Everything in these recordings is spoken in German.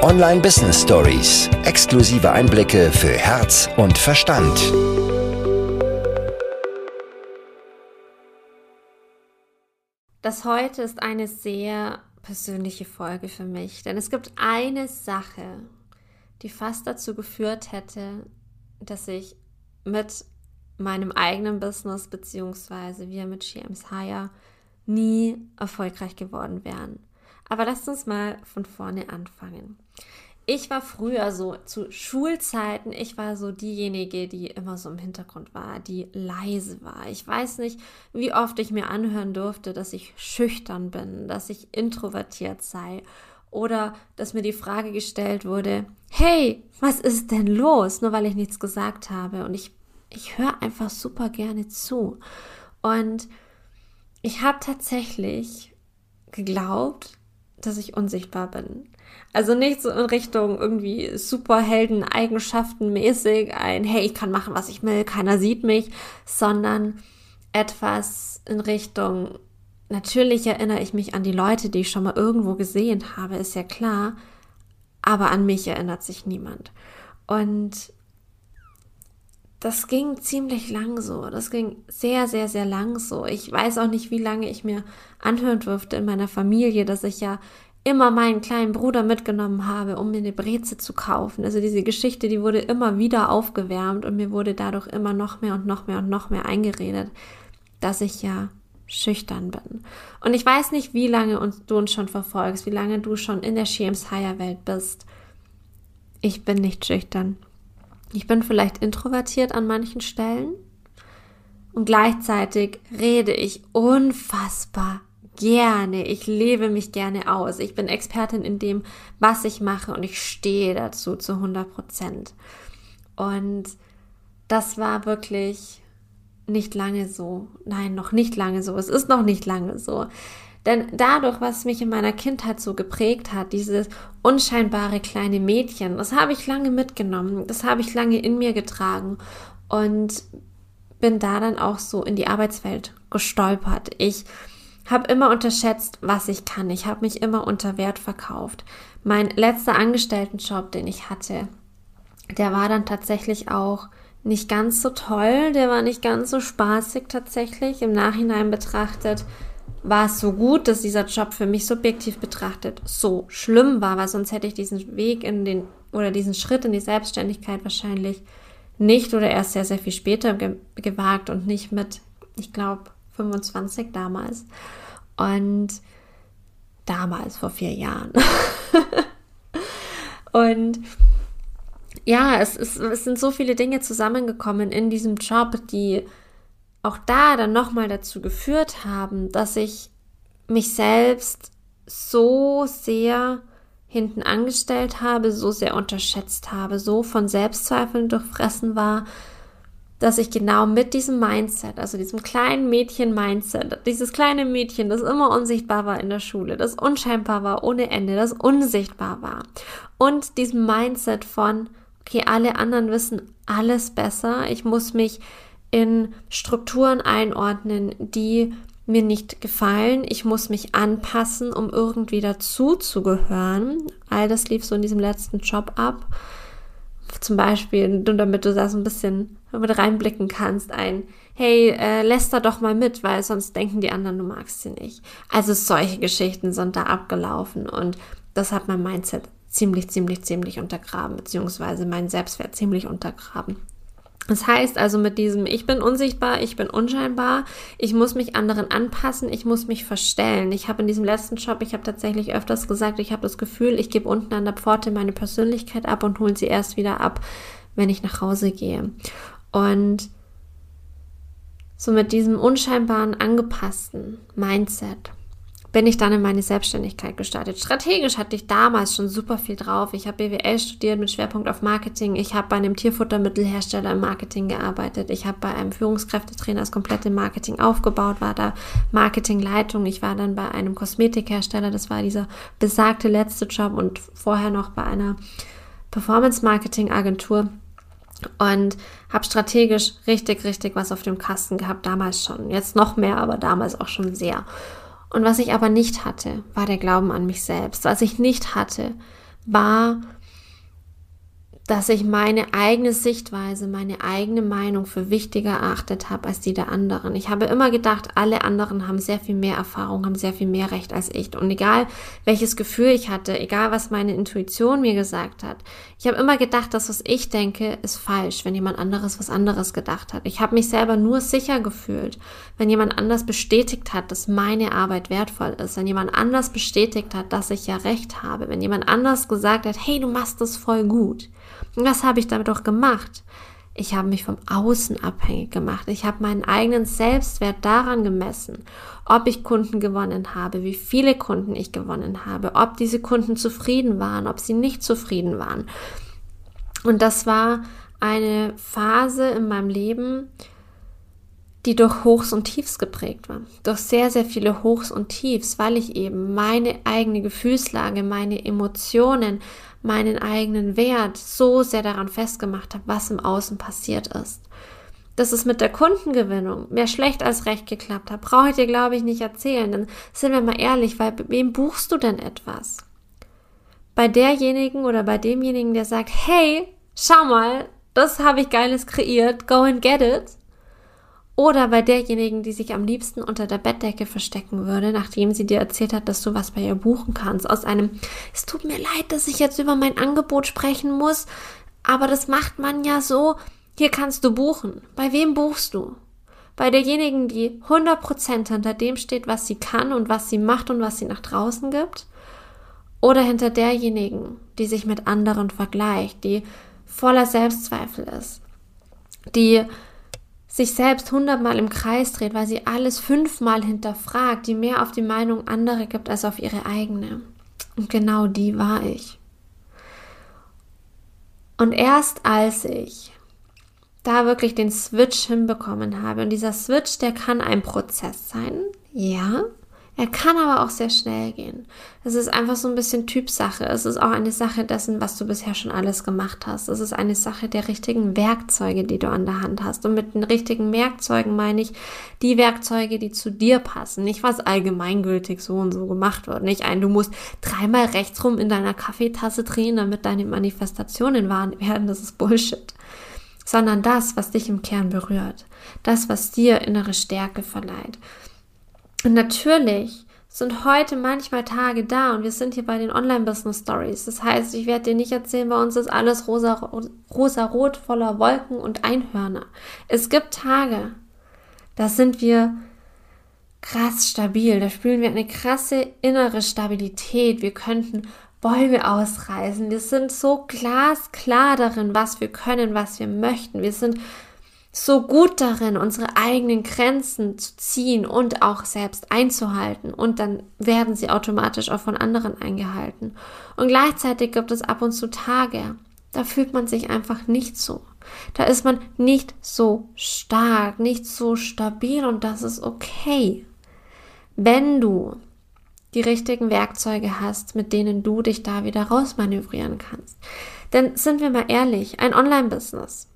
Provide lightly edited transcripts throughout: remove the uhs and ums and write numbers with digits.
Online Business Stories. Exklusive Einblicke für Herz und Verstand. Das heute ist eine sehr persönliche Folge für mich, denn es gibt eine Sache, die fast dazu geführt hätte, dass ich mit meinem eigenen Business beziehungsweise wir mit She-Aims Higher nie erfolgreich geworden wären. Aber lasst uns mal von vorne anfangen. Ich war früher so zu Schulzeiten, ich war so diejenige, die immer so im Hintergrund war, die leise war. Ich weiß nicht, wie oft ich mir anhören durfte, dass ich schüchtern bin, dass ich introvertiert sei oder dass mir die Frage gestellt wurde, hey, was ist denn los? Nur weil ich nichts gesagt habe. Und ich höre einfach super gerne zu. Und ich habe tatsächlich geglaubt, dass ich unsichtbar bin. Also nicht so in Richtung irgendwie Superhelden-Eigenschaften mäßig, hey, ich kann machen, was ich will, keiner sieht mich, sondern etwas in Richtung, natürlich erinnere ich mich an die Leute, die ich schon mal irgendwo gesehen habe, ist ja klar, aber an mich erinnert sich niemand. Und das ging ziemlich lang so. Das ging sehr, sehr, sehr lang so. Ich weiß auch nicht, wie lange ich mir anhören durfte in meiner Familie, dass ich ja immer meinen kleinen Bruder mitgenommen habe, um mir eine Breze zu kaufen. Also diese Geschichte, die wurde immer wieder aufgewärmt und mir wurde dadurch immer noch mehr und noch mehr und noch mehr eingeredet, dass ich ja schüchtern bin. Und ich weiß nicht, wie lange du uns schon verfolgst, wie lange du schon in der She-Aims Higher Welt bist. Ich bin nicht schüchtern. Ich bin vielleicht introvertiert an manchen Stellen und gleichzeitig rede ich unfassbar gerne. Ich lebe mich gerne aus. Ich bin Expertin in dem, was ich mache und ich stehe dazu zu 100%. Und das war wirklich nicht lange so. Nein, noch nicht lange so. Es ist noch nicht lange so. Denn dadurch, was mich in meiner Kindheit so geprägt hat, dieses unscheinbare kleine Mädchen, das habe ich lange mitgenommen, das habe ich lange in mir getragen und bin da dann auch so in die Arbeitswelt gestolpert. Ich habe immer unterschätzt, was ich kann. Ich habe mich immer unter Wert verkauft. Mein letzter Angestelltenjob, den ich hatte, der war dann tatsächlich auch nicht ganz so toll, der war nicht ganz so spaßig tatsächlich. Im Nachhinein betrachtet war es so gut, dass dieser Job für mich subjektiv betrachtet so schlimm war, weil sonst hätte ich diesen Weg diesen Schritt in die Selbstständigkeit wahrscheinlich nicht oder erst sehr, sehr viel später gewagt und nicht mit, ich glaube, 25 damals. Und damals, vor 4 Jahren. Und ja, es sind so viele Dinge zusammengekommen in diesem Job, die auch da dann nochmal dazu geführt haben, dass ich mich selbst so sehr hinten angestellt habe, so sehr unterschätzt habe, so von Selbstzweifeln durchfressen war, dass ich genau mit diesem Mindset, also diesem kleinen Mädchen-Mindset, dieses kleine Mädchen, das immer unsichtbar war in der Schule, das unscheinbar war ohne Ende, das unsichtbar war und diesem Mindset von, okay, alle anderen wissen alles besser, ich muss mich in Strukturen einordnen, die mir nicht gefallen. Ich muss mich anpassen, um irgendwie dazu zu gehören. All das lief so in diesem letzten Job ab. Zum Beispiel, damit du da so ein bisschen mit reinblicken kannst, hey, läster doch mal mit, weil sonst denken die anderen, du magst sie nicht. Also solche Geschichten sind da abgelaufen und das hat mein Mindset ziemlich untergraben, beziehungsweise meinen Selbstwert ziemlich untergraben. Das heißt also mit diesem, ich bin unsichtbar, ich bin unscheinbar, ich muss mich anderen anpassen, ich muss mich verstellen. Ich habe in diesem letzten Job, ich habe tatsächlich öfters gesagt, ich habe das Gefühl, ich gebe unten an der Pforte meine Persönlichkeit ab und hole sie erst wieder ab, wenn ich nach Hause gehe. Und so mit diesem unscheinbaren, angepassten Mindset bin ich dann in meine Selbstständigkeit gestartet. Strategisch hatte ich damals schon super viel drauf. Ich habe BWL studiert mit Schwerpunkt auf Marketing. Ich habe bei einem Tierfuttermittelhersteller im Marketing gearbeitet. Ich habe bei einem Führungskräftetrainer das komplette Marketing aufgebaut, war da Marketingleitung. Ich war dann bei einem Kosmetikhersteller. Das war dieser besagte letzte Job und vorher noch bei einer Performance-Marketing-Agentur. Und habe strategisch richtig was auf dem Kasten gehabt, damals schon. Jetzt noch mehr, aber damals auch schon sehr. Und was ich aber nicht hatte, war der Glauben an mich selbst. Was ich nicht hatte, war, dass ich meine eigene Sichtweise, meine eigene Meinung für wichtiger erachtet habe als die der anderen. Ich habe immer gedacht, alle anderen haben sehr viel mehr Erfahrung, haben sehr viel mehr Recht als ich. Und egal, welches Gefühl ich hatte, egal, was meine Intuition mir gesagt hat, ich habe immer gedacht, dass was ich denke, ist falsch, wenn jemand anderes was anderes gedacht hat. Ich habe mich selber nur sicher gefühlt, wenn jemand anders bestätigt hat, dass meine Arbeit wertvoll ist, wenn jemand anders bestätigt hat, dass ich ja Recht habe, wenn jemand anders gesagt hat, hey, du machst das voll gut. Und was habe ich damit auch gemacht? Ich habe mich vom Außen abhängig gemacht. Ich habe meinen eigenen Selbstwert daran gemessen, ob ich Kunden gewonnen habe, wie viele Kunden ich gewonnen habe, ob diese Kunden zufrieden waren, ob sie nicht zufrieden waren. Und das war eine Phase in meinem Leben, die durch Hochs und Tiefs geprägt war. Durch sehr, sehr viele Hochs und Tiefs, weil ich eben meine eigene Gefühlslage, meine Emotionen, meinen eigenen Wert so sehr daran festgemacht habe, was im Außen passiert ist. Dass es mit der Kundengewinnung mehr schlecht als recht geklappt hat, brauche ich dir, glaube ich, nicht erzählen. Denn sind wir mal ehrlich, bei wem buchst du denn etwas? Bei derjenigen oder bei demjenigen, der sagt, hey, schau mal, das habe ich Geiles kreiert, go and get it. Oder bei derjenigen, die sich am liebsten unter der Bettdecke verstecken würde, nachdem sie dir erzählt hat, dass du was bei ihr buchen kannst. Aus einem, es tut mir leid, dass ich jetzt über mein Angebot sprechen muss, aber das macht man ja so, hier kannst du buchen. Bei wem buchst du? Bei derjenigen, die 100% hinter dem steht, was sie kann und was sie macht und was sie nach draußen gibt? Oder hinter derjenigen, die sich mit anderen vergleicht, die voller Selbstzweifel ist, die sich selbst 100-mal im Kreis dreht, weil sie alles 5-mal hinterfragt, die mehr auf die Meinung anderer gibt als auf ihre eigene. Und genau die war ich. Und erst als ich da wirklich den Switch hinbekommen habe, und dieser Switch, der kann ein Prozess sein, ja, er kann aber auch sehr schnell gehen. Es ist einfach so ein bisschen Typsache. Es ist auch eine Sache dessen, was du bisher schon alles gemacht hast. Es ist eine Sache der richtigen Werkzeuge, die du an der Hand hast. Und mit den richtigen Werkzeugen meine ich die Werkzeuge, die zu dir passen. Nicht, was allgemeingültig so und so gemacht wird. Nicht du musst 3-mal rechts rum in deiner Kaffeetasse drehen, damit deine Manifestationen wahr werden. Das ist Bullshit. Sondern das, was dich im Kern berührt. Das, was dir innere Stärke verleiht. Und natürlich sind heute manchmal Tage da und wir sind hier bei den Online-Business-Stories. Das heißt, ich werde dir nicht erzählen, bei uns ist alles rosa-rot voller Wolken und Einhörner. Es gibt Tage, da sind wir krass stabil, da spüren wir eine krasse innere Stabilität. Wir könnten Bäume ausreißen. Wir sind so glasklar darin, was wir können, was wir möchten. Wir sind so gut darin, unsere eigenen Grenzen zu ziehen und auch selbst einzuhalten. Und dann werden sie automatisch auch von anderen eingehalten. Und gleichzeitig gibt es ab und zu Tage, da fühlt man sich einfach nicht so. Da ist man nicht so stark, nicht so stabil und das ist okay. Wenn du die richtigen Werkzeuge hast, mit denen du dich da wieder rausmanövrieren kannst. Denn sind wir mal ehrlich, ein Online-Business,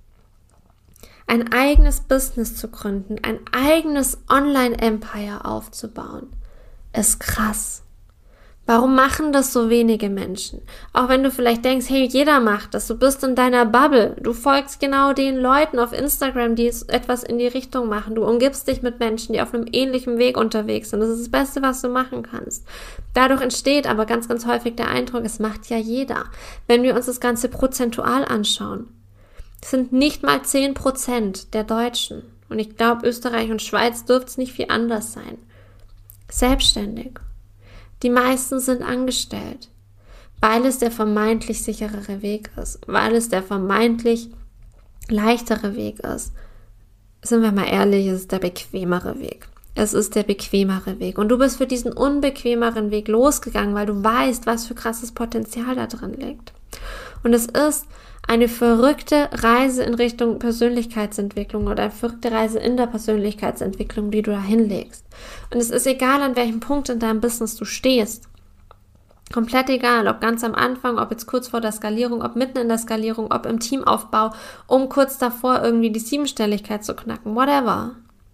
ein eigenes Business zu gründen, ein eigenes Online-Empire aufzubauen, ist krass. Warum machen das so wenige Menschen? Auch wenn du vielleicht denkst, hey, jeder macht das, du bist in deiner Bubble, du folgst genau den Leuten auf Instagram, die etwas in die Richtung machen, du umgibst dich mit Menschen, die auf einem ähnlichen Weg unterwegs sind, das ist das Beste, was du machen kannst. Dadurch entsteht aber ganz, ganz häufig der Eindruck, es macht ja jeder. Wenn wir uns das Ganze prozentual anschauen, sind nicht mal 10% der Deutschen, und ich glaube, Österreich und Schweiz dürfte es nicht viel anders sein, selbstständig. Die meisten sind angestellt, weil es der vermeintlich sicherere Weg ist, weil es der vermeintlich leichtere Weg ist. Sind wir mal ehrlich, es ist der bequemere Weg. Es ist der bequemere Weg. Und du bist für diesen unbequemeren Weg losgegangen, weil du weißt, was für krasses Potenzial da drin liegt. Und es ist eine verrückte Reise in Richtung Persönlichkeitsentwicklung oder eine verrückte Reise in der Persönlichkeitsentwicklung, die du da hinlegst. Und es ist egal, an welchem Punkt in deinem Business du stehst. Komplett egal, ob ganz am Anfang, ob jetzt kurz vor der Skalierung, ob mitten in der Skalierung, ob im Teamaufbau, um kurz davor irgendwie die 7-Stelligkeit zu knacken, whatever.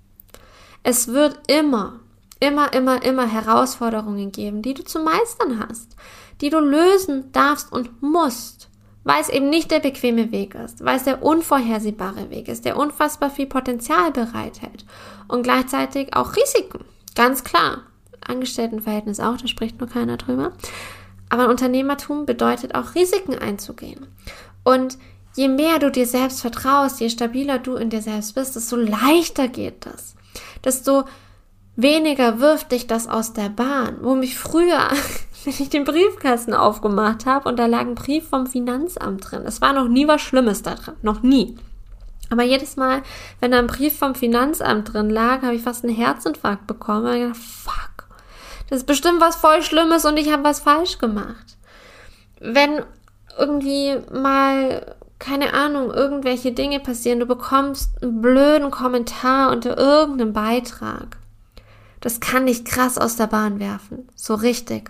Es wird immer Herausforderungen geben, die du zu meistern hast, die du lösen darfst und musst, weil es eben nicht der bequeme Weg ist, weil es der unvorhersehbare Weg ist, der unfassbar viel Potenzial bereithält und gleichzeitig auch Risiken, ganz klar. Angestelltenverhältnis auch, da spricht nur keiner drüber. Aber Unternehmertum bedeutet auch Risiken einzugehen. Und je mehr du dir selbst vertraust, je stabiler du in dir selbst bist, desto leichter geht das. Desto weniger wirft dich das aus der Bahn. Wo mich früher, wenn ich den Briefkasten aufgemacht habe und da lag ein Brief vom Finanzamt drin. Es war noch nie was Schlimmes da drin, noch nie. Aber jedes Mal, wenn da ein Brief vom Finanzamt drin lag, habe ich fast einen Herzinfarkt bekommen. Und ich gedacht, fuck, das ist bestimmt was voll Schlimmes und ich habe was falsch gemacht. Wenn irgendwie mal, keine Ahnung, irgendwelche Dinge passieren, du bekommst einen blöden Kommentar unter irgendeinem Beitrag. Das kann dich krass aus der Bahn werfen. So richtig.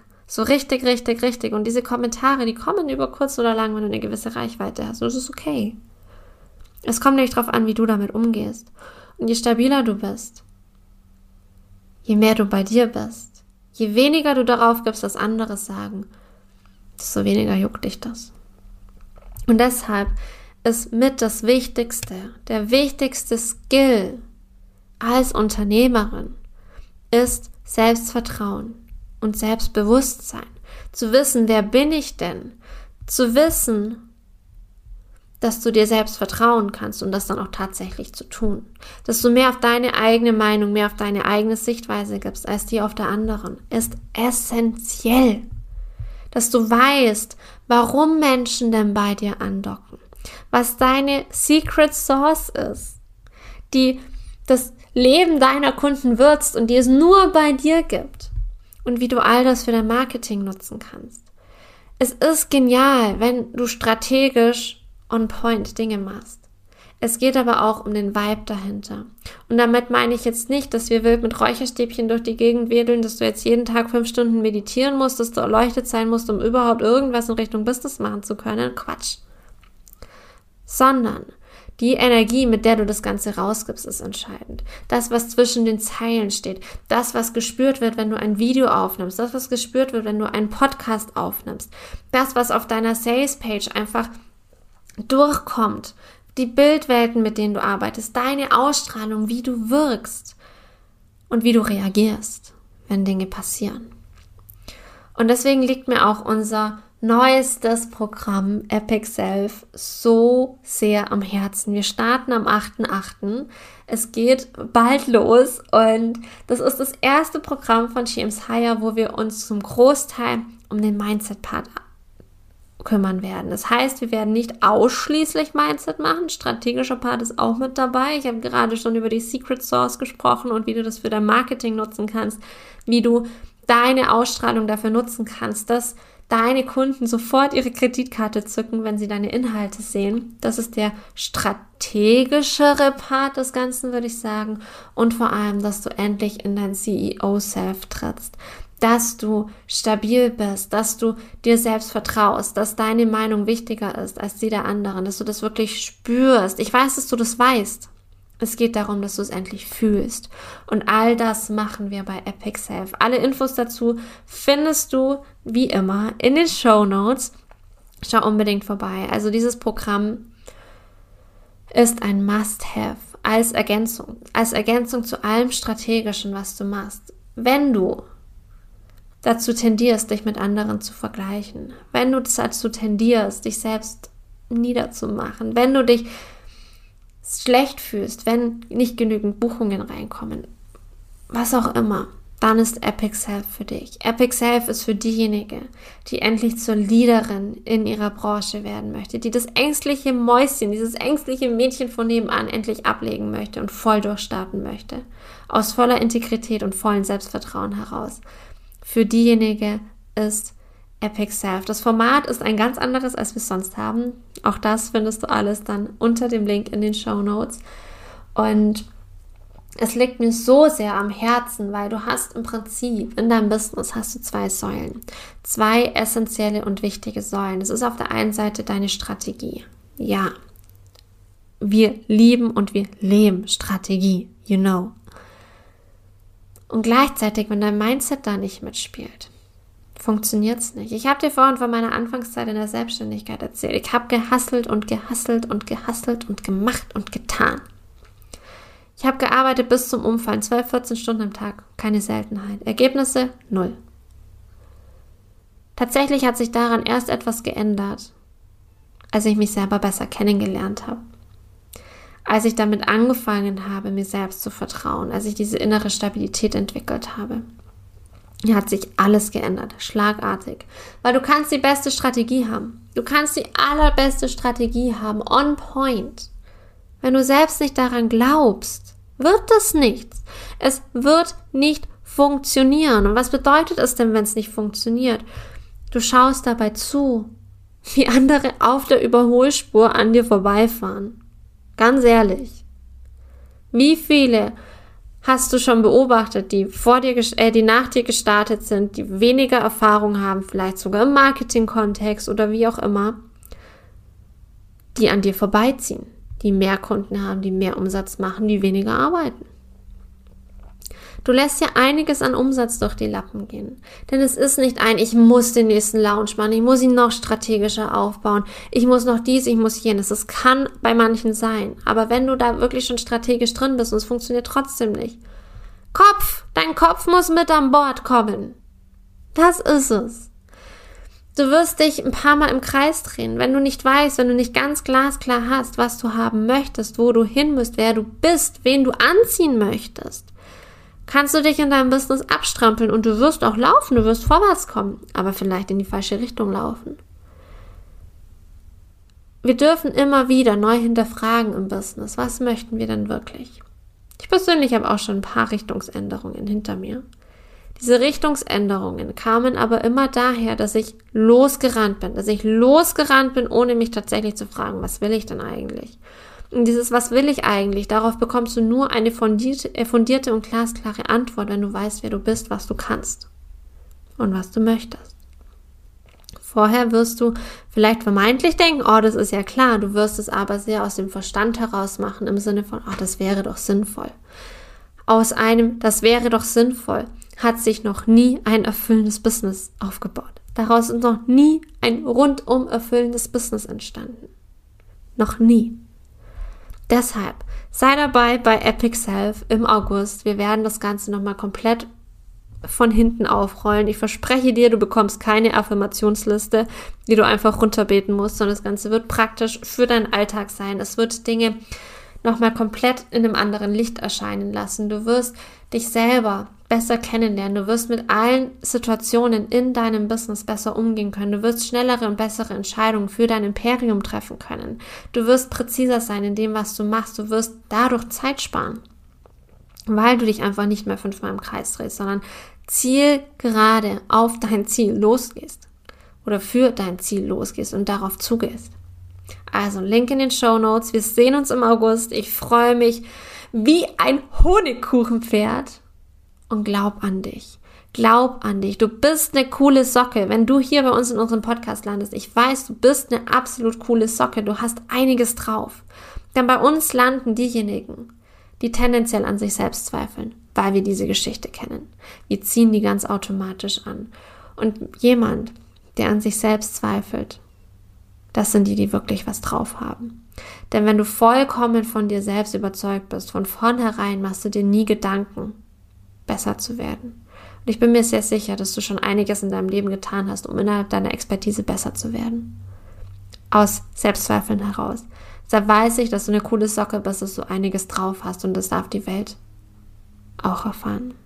Und diese Kommentare, die kommen über kurz oder lang, wenn du eine gewisse Reichweite hast. Und das ist okay. Es kommt nämlich darauf an, wie du damit umgehst. Und je stabiler du bist, je mehr du bei dir bist, je weniger du darauf gibst, dass andere sagen, desto weniger juckt dich das. Und deshalb ist mit das Wichtigste, der wichtigste Skill als Unternehmerin, ist Selbstvertrauen und Selbstbewusstsein. Zu wissen, wer bin ich denn? Zu wissen, dass du dir selbst vertrauen kannst und das dann auch tatsächlich zu tun. Dass du mehr auf deine eigene Meinung, mehr auf deine eigene Sichtweise gibst, als die auf der anderen, ist essentiell. Dass du weißt, warum Menschen denn bei dir andocken. Was deine Secret Sauce ist, die das Leben deiner Kunden würzt und die es nur bei dir gibt. Und wie du all das für dein Marketing nutzen kannst. Es ist genial, wenn du strategisch on point Dinge machst. Es geht aber auch um den Vibe dahinter. Und damit meine ich jetzt nicht, dass wir wild mit Räucherstäbchen durch die Gegend wedeln, dass du jetzt jeden Tag 5 Stunden meditieren musst, dass du erleuchtet sein musst, um überhaupt irgendwas in Richtung Business machen zu können. Quatsch. Sondern die Energie, mit der du das Ganze rausgibst, ist entscheidend. Das, was zwischen den Zeilen steht. Das, was gespürt wird, wenn du ein Video aufnimmst. Das, was gespürt wird, wenn du einen Podcast aufnimmst. Das, was auf deiner Sales-Page einfach durchkommt. Die Bildwelten, mit denen du arbeitest. Deine Ausstrahlung, wie du wirkst. Und wie du reagierst, wenn Dinge passieren. Und deswegen liegt mir auch unser neuestes Programm Epic Self so sehr am Herzen. Wir starten am 8.8. Es geht bald los und das ist das erste Programm von She Aims Higher, wo wir uns zum Großteil um den Mindset-Part kümmern werden. Das heißt, wir werden nicht ausschließlich Mindset machen. Strategischer Part ist auch mit dabei. Ich habe gerade schon über die Secret Sauce gesprochen und wie du das für dein Marketing nutzen kannst, wie du deine Ausstrahlung dafür nutzen kannst, dass deine Kunden sofort ihre Kreditkarte zücken, wenn sie deine Inhalte sehen. Das ist der strategischere Part des Ganzen, würde ich sagen. Und vor allem, dass du endlich in dein CEO-Self trittst. Dass du stabil bist, dass du dir selbst vertraust, dass deine Meinung wichtiger ist als die der anderen, dass du das wirklich spürst. Ich weiß, dass du das weißt. Es geht darum, dass du es endlich fühlst. Und all das machen wir bei Epic Self. Alle Infos dazu findest du, wie immer, in den Shownotes. Schau unbedingt vorbei. Also dieses Programm ist ein Must-Have als Ergänzung zu allem Strategischen, was du machst. Wenn du dazu tendierst, dich mit anderen zu vergleichen, wenn du dazu tendierst, dich selbst niederzumachen, wenn du dich schlecht fühlst, wenn nicht genügend Buchungen reinkommen, was auch immer, dann ist Epic Self für dich. Epic Self ist für diejenige, die endlich zur Leaderin in ihrer Branche werden möchte, die das ängstliche Mäuschen, dieses ängstliche Mädchen von nebenan endlich ablegen möchte und voll durchstarten möchte, aus voller Integrität und vollem Selbstvertrauen heraus. Für diejenige ist Epic Self. Das Format ist ein ganz anderes, als wir es sonst haben. Auch das findest du alles dann unter dem Link in den Shownotes. Und es liegt mir so sehr am Herzen, weil du hast im Prinzip in deinem Business hast du 2 Säulen. 2 essentielle und wichtige Säulen. Das ist auf der einen Seite deine Strategie. Ja, wir lieben und wir leben Strategie, you know. Und gleichzeitig, wenn dein Mindset da nicht mitspielt, funktioniert es nicht. Ich habe dir vorhin von meiner Anfangszeit in der Selbstständigkeit erzählt. Ich habe gehustelt und gehustelt und gehustelt und gemacht und getan. Ich habe gearbeitet bis zum Umfallen, 12, 14 Stunden am Tag, keine Seltenheit. Ergebnisse 0. Tatsächlich hat sich daran erst etwas geändert, als ich mich selber besser kennengelernt habe. Als ich damit angefangen habe, mir selbst zu vertrauen, als ich diese innere Stabilität entwickelt habe. Hier hat sich alles geändert, schlagartig. Weil du kannst die beste Strategie haben. Du kannst die allerbeste Strategie haben, on point. Wenn du selbst nicht daran glaubst, wird das nichts. Es wird nicht funktionieren. Und was bedeutet es denn, wenn es nicht funktioniert? Du schaust dabei zu, wie andere auf der Überholspur an dir vorbeifahren. Ganz ehrlich. Wie viele hast du schon beobachtet, die nach dir gestartet sind, die weniger Erfahrung haben, vielleicht sogar im Marketing-Kontext oder wie auch immer, die an dir vorbeiziehen, die mehr Kunden haben, die mehr Umsatz machen, die weniger arbeiten. Du lässt ja einiges an Umsatz durch die Lappen gehen. Denn es ist nicht ich muss den nächsten Launch machen, ich muss ihn noch strategischer aufbauen, ich muss noch dies, ich muss jenes. Das kann bei manchen sein. Aber wenn du da wirklich schon strategisch drin bist und es funktioniert trotzdem nicht. Dein Kopf muss mit an Bord kommen. Das ist es. Du wirst dich ein paar Mal im Kreis drehen, wenn du nicht weißt, wenn du nicht ganz glasklar hast, was du haben möchtest, wo du hin musst, wer du bist, wen du anziehen möchtest. Kannst du dich in deinem Business abstrampeln und du wirst auch laufen, du wirst vorwärts kommen, aber vielleicht in die falsche Richtung laufen. Wir dürfen immer wieder neu hinterfragen im Business, was möchten wir denn wirklich? Ich persönlich habe auch schon ein paar Richtungsänderungen hinter mir. Diese Richtungsänderungen kamen aber immer daher, dass ich losgerannt bin, ohne mich tatsächlich zu fragen, was will ich denn eigentlich? Und dieses, was will ich eigentlich, darauf bekommst du nur eine fundierte und glasklare Antwort, wenn du weißt, wer du bist, was du kannst und was du möchtest. Vorher wirst du vielleicht vermeintlich denken, das ist ja klar, du wirst es aber sehr aus dem Verstand heraus machen, im Sinne von, das wäre doch sinnvoll. Aus einem, das wäre doch sinnvoll, hat sich noch nie ein erfüllendes Business aufgebaut. Daraus ist noch nie ein rundum erfüllendes Business entstanden. Noch nie. Deshalb sei dabei bei Epic Self im August. Wir werden das Ganze nochmal komplett von hinten aufrollen. Ich verspreche dir, du bekommst keine Affirmationsliste, die du einfach runterbeten musst, sondern das Ganze wird praktisch für deinen Alltag sein. Es wird Dinge nochmal komplett in einem anderen Licht erscheinen lassen. Du wirst dich selber besser kennenlernen. Du wirst mit allen Situationen in deinem Business besser umgehen können. Du wirst schnellere und bessere Entscheidungen für dein Imperium treffen können. Du wirst präziser sein in dem, was du machst. Du wirst dadurch Zeit sparen, weil du dich einfach nicht mehr 5-mal im Kreis drehst, sondern zielgerade auf dein Ziel losgehst oder für dein Ziel losgehst und darauf zugehst. Also Link in den Shownotes. Wir sehen uns im August. Ich freue mich wie ein Honigkuchenpferd. Und glaub an dich. Glaub an dich. Du bist eine coole Socke. Wenn du hier bei uns in unserem Podcast landest, ich weiß, du bist eine absolut coole Socke. Du hast einiges drauf. Denn bei uns landen diejenigen, die tendenziell an sich selbst zweifeln, weil wir diese Geschichte kennen. Wir ziehen die ganz automatisch an. Und jemand, der an sich selbst zweifelt, das sind die wirklich was drauf haben. Denn wenn du vollkommen von dir selbst überzeugt bist, von vornherein machst du dir nie Gedanken, besser zu werden. Und ich bin mir sehr sicher, dass du schon einiges in deinem Leben getan hast, um innerhalb deiner Expertise besser zu werden. Aus Selbstzweifeln heraus. Deshalb weiß ich, dass du eine coole Socke bist, dass du einiges drauf hast und das darf die Welt auch erfahren.